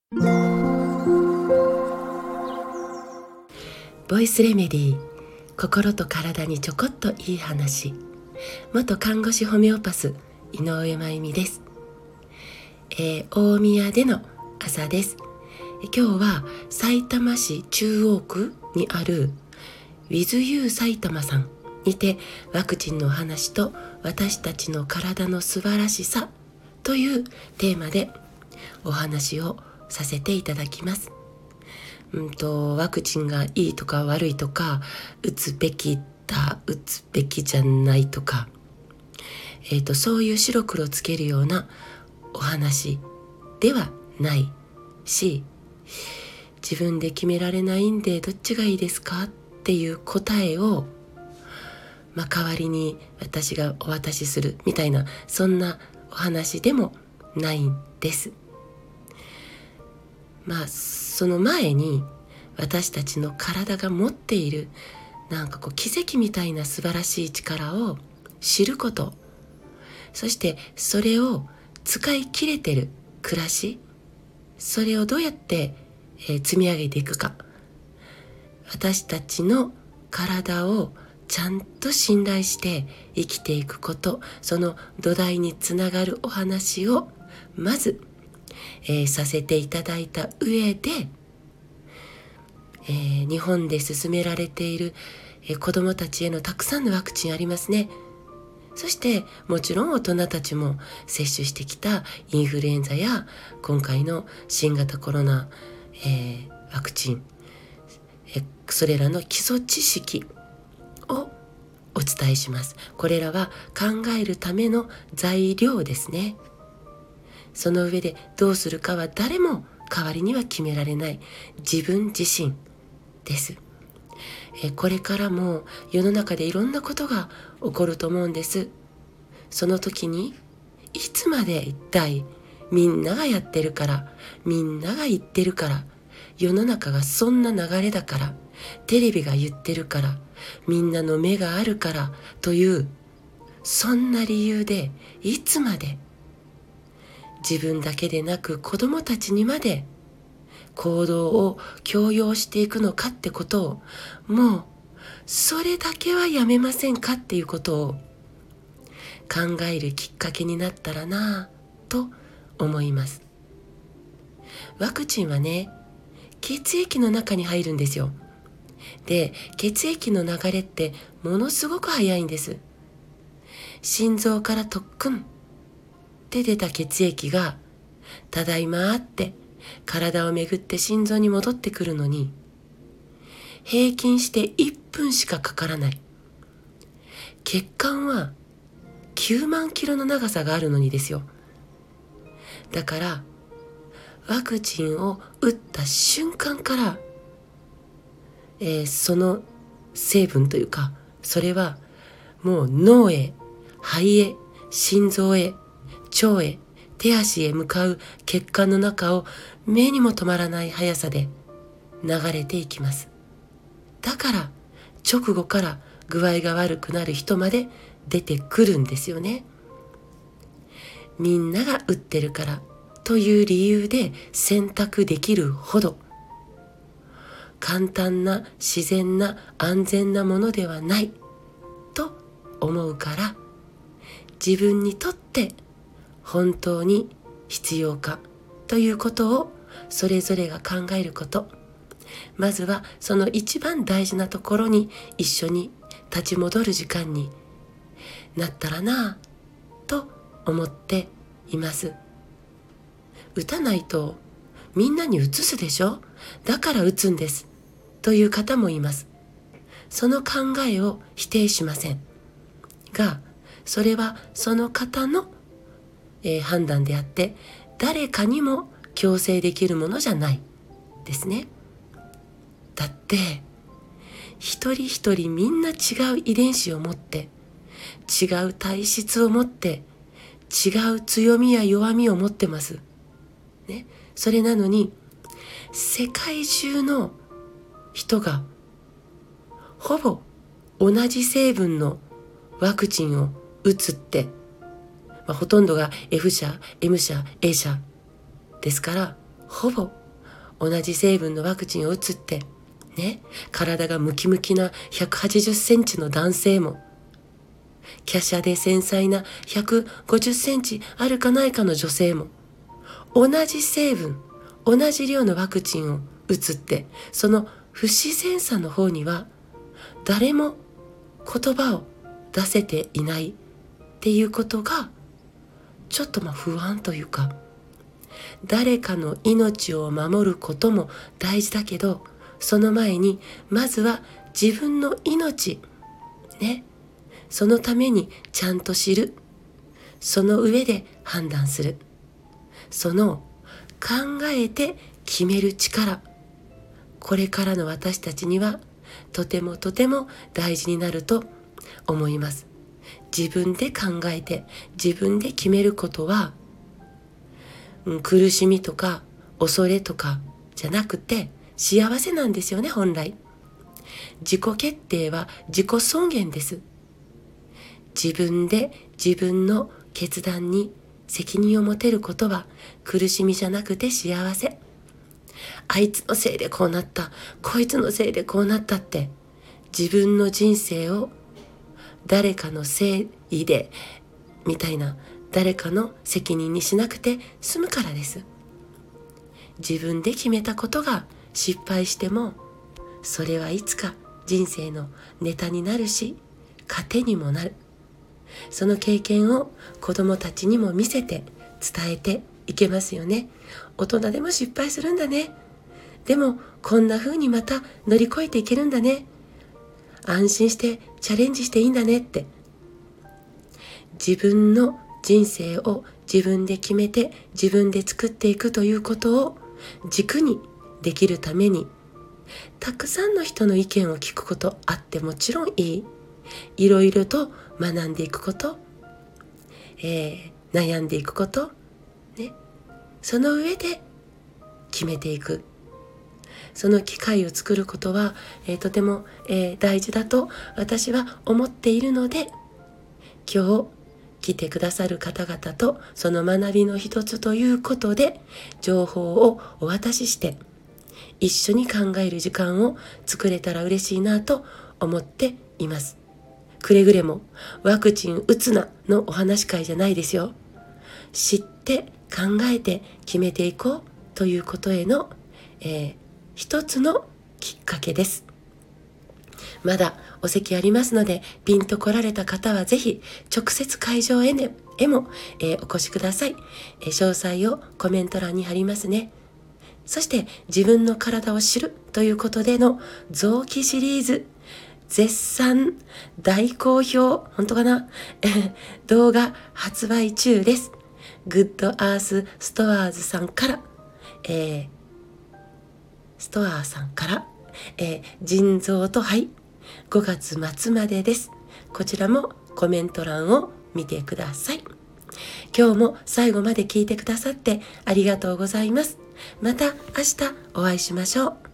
ボイスレメディー、心と体にちょこっといい話。元看護師ホメオパス井上真由美です。大宮での朝です。今日はさいたま市中央区にある WithYou 埼玉さんにてワクチンのお話と私たちの体の素晴らしさというテーマでお話をさせていただきます。ワクチンがいいとか悪いとか、打つべきだ、打つべきじゃないとか、そういう白黒つけるようなお話ではないし、自分で決められないんでどっちがいいですかっていう答えを、代わりに私がお渡しするみたいな、そんなお話でもないんです。その前に私たちの体が持っている奇跡みたいな素晴らしい力を知ること、そしてそれを使い切れてる暮らし、それをどうやって、積み上げていくか、私たちの体をちゃんと信頼して生きていくこと、その土台につながるお話をまずさせていただいた上で、日本で進められている、子どもたちへのたくさんのワクチンありますね。そしてもちろん大人たちも接種してきたインフルエンザや今回の新型コロナ、ワクチン、それらの基礎知識をお伝えします。これらは考えるための材料ですね。その上でどうするかは誰も代わりには決められない自分自身です。これからも世の中でいろんなことが起こると思うんです。その時にいつまで一体みんながやってるから、みんなが言ってるから、世の中がそんな流れだから、テレビが言ってるから、みんなの目があるからという、そんな理由でいつまで自分だけでなく子供たちにまで行動を強要していくのかってことを、もうそれだけはやめませんかっていうことを考えるきっかけになったらなぁと思います。ワクチンはね、血液の中に入るんですよ。で、血液の流れってものすごく早いんです。心臓から特訓って出た血液がただいまって体を巡って心臓に戻ってくるのに、平均して1分しかかからない。血管は9万キロの長さがあるのにですよ。だからワクチンを打った瞬間から、その成分というか、それはもう脳へ、肺へ、心臓へ、腸へ、手足へ向かう血管の中を目にも止まらない速さで流れていきます。だから直後から具合が悪くなる人まで出てくるんですよね。みんなが打ってるからという理由で選択できるほど簡単な自然な安全なものではないと思うから、自分にとって本当に必要かということをそれぞれが考えること。まずはその一番大事なところに一緒に立ち戻る時間になったらなぁと思っています。打たないとみんなに移すでしょ、だから打つんですという方もいます。その考えを否定しませんが、それはその方の判断であって、誰かにも強制できるものじゃないですね。だって一人一人みんな違う遺伝子を持って、違う体質を持って、違う強みや弱みを持ってますね。それなのに世界中の人がほぼ同じ成分のワクチンを打つって、ほとんどが F 社、M 社、A 社ですから、ほぼ同じ成分のワクチンを打つってね、体がムキムキな180センチの男性も、華奢で繊細な150センチあるかないかの女性も、同じ成分、同じ量のワクチンを打つって、その不自然さの方には誰も言葉を出せていないっていうことが、ちょっと不安というか、誰かの命を守ることも大事だけど、その前にまずは自分の命ね、そのためにちゃんと知る、その上で判断する、その考えて決める力、これからの私たちにはとてもとても大事になると思います。自分で考えて自分で決めることは、苦しみとか恐れとかじゃなくて幸せなんですよね。本来自己決定は自己尊厳です。自分で自分の決断に責任を持てることは苦しみじゃなくて幸せ。あいつのせいでこうなった、こいつのせいでこうなったって、自分の人生を誰かのせいでみたいな、誰かの責任にしなくて済むからです。自分で決めたことが失敗しても、それはいつか人生のネタになるし、糧にもなる。その経験を子供たちにも見せて伝えていけますよね。大人でも失敗するんだね。でもこんな風にまた乗り越えていけるんだね。安心してチャレンジしていいんだねって。自分の人生を自分で決めて自分で作っていくということを軸にできるために、たくさんの人の意見を聞くことあってもちろんいい。いろいろと学んでいくこと、悩んでいくこと、ね、その上で決めていく。その機会を作ることは、とても、大事だと私は思っているので、今日来てくださる方々とその学びの一つということで情報をお渡しして、一緒に考える時間を作れたら嬉しいなと思っています。くれぐれもワクチン打つなのお話会じゃないですよ。知って考えて決めていこうということへの、一つのきっかけです。まだお席ありますので、ピンと来られた方はぜひ直接会場へも、お越しください。詳細をコメント欄に貼りますね。そして自分の体を知るということでの臓器シリーズ、絶賛大好評、本当かな動画発売中です。グッドアースストアーズさんから、腎臓と肺、5月末までです。こちらもコメント欄を見てください。今日も最後まで聞いてくださってありがとうございます。また明日お会いしましょう。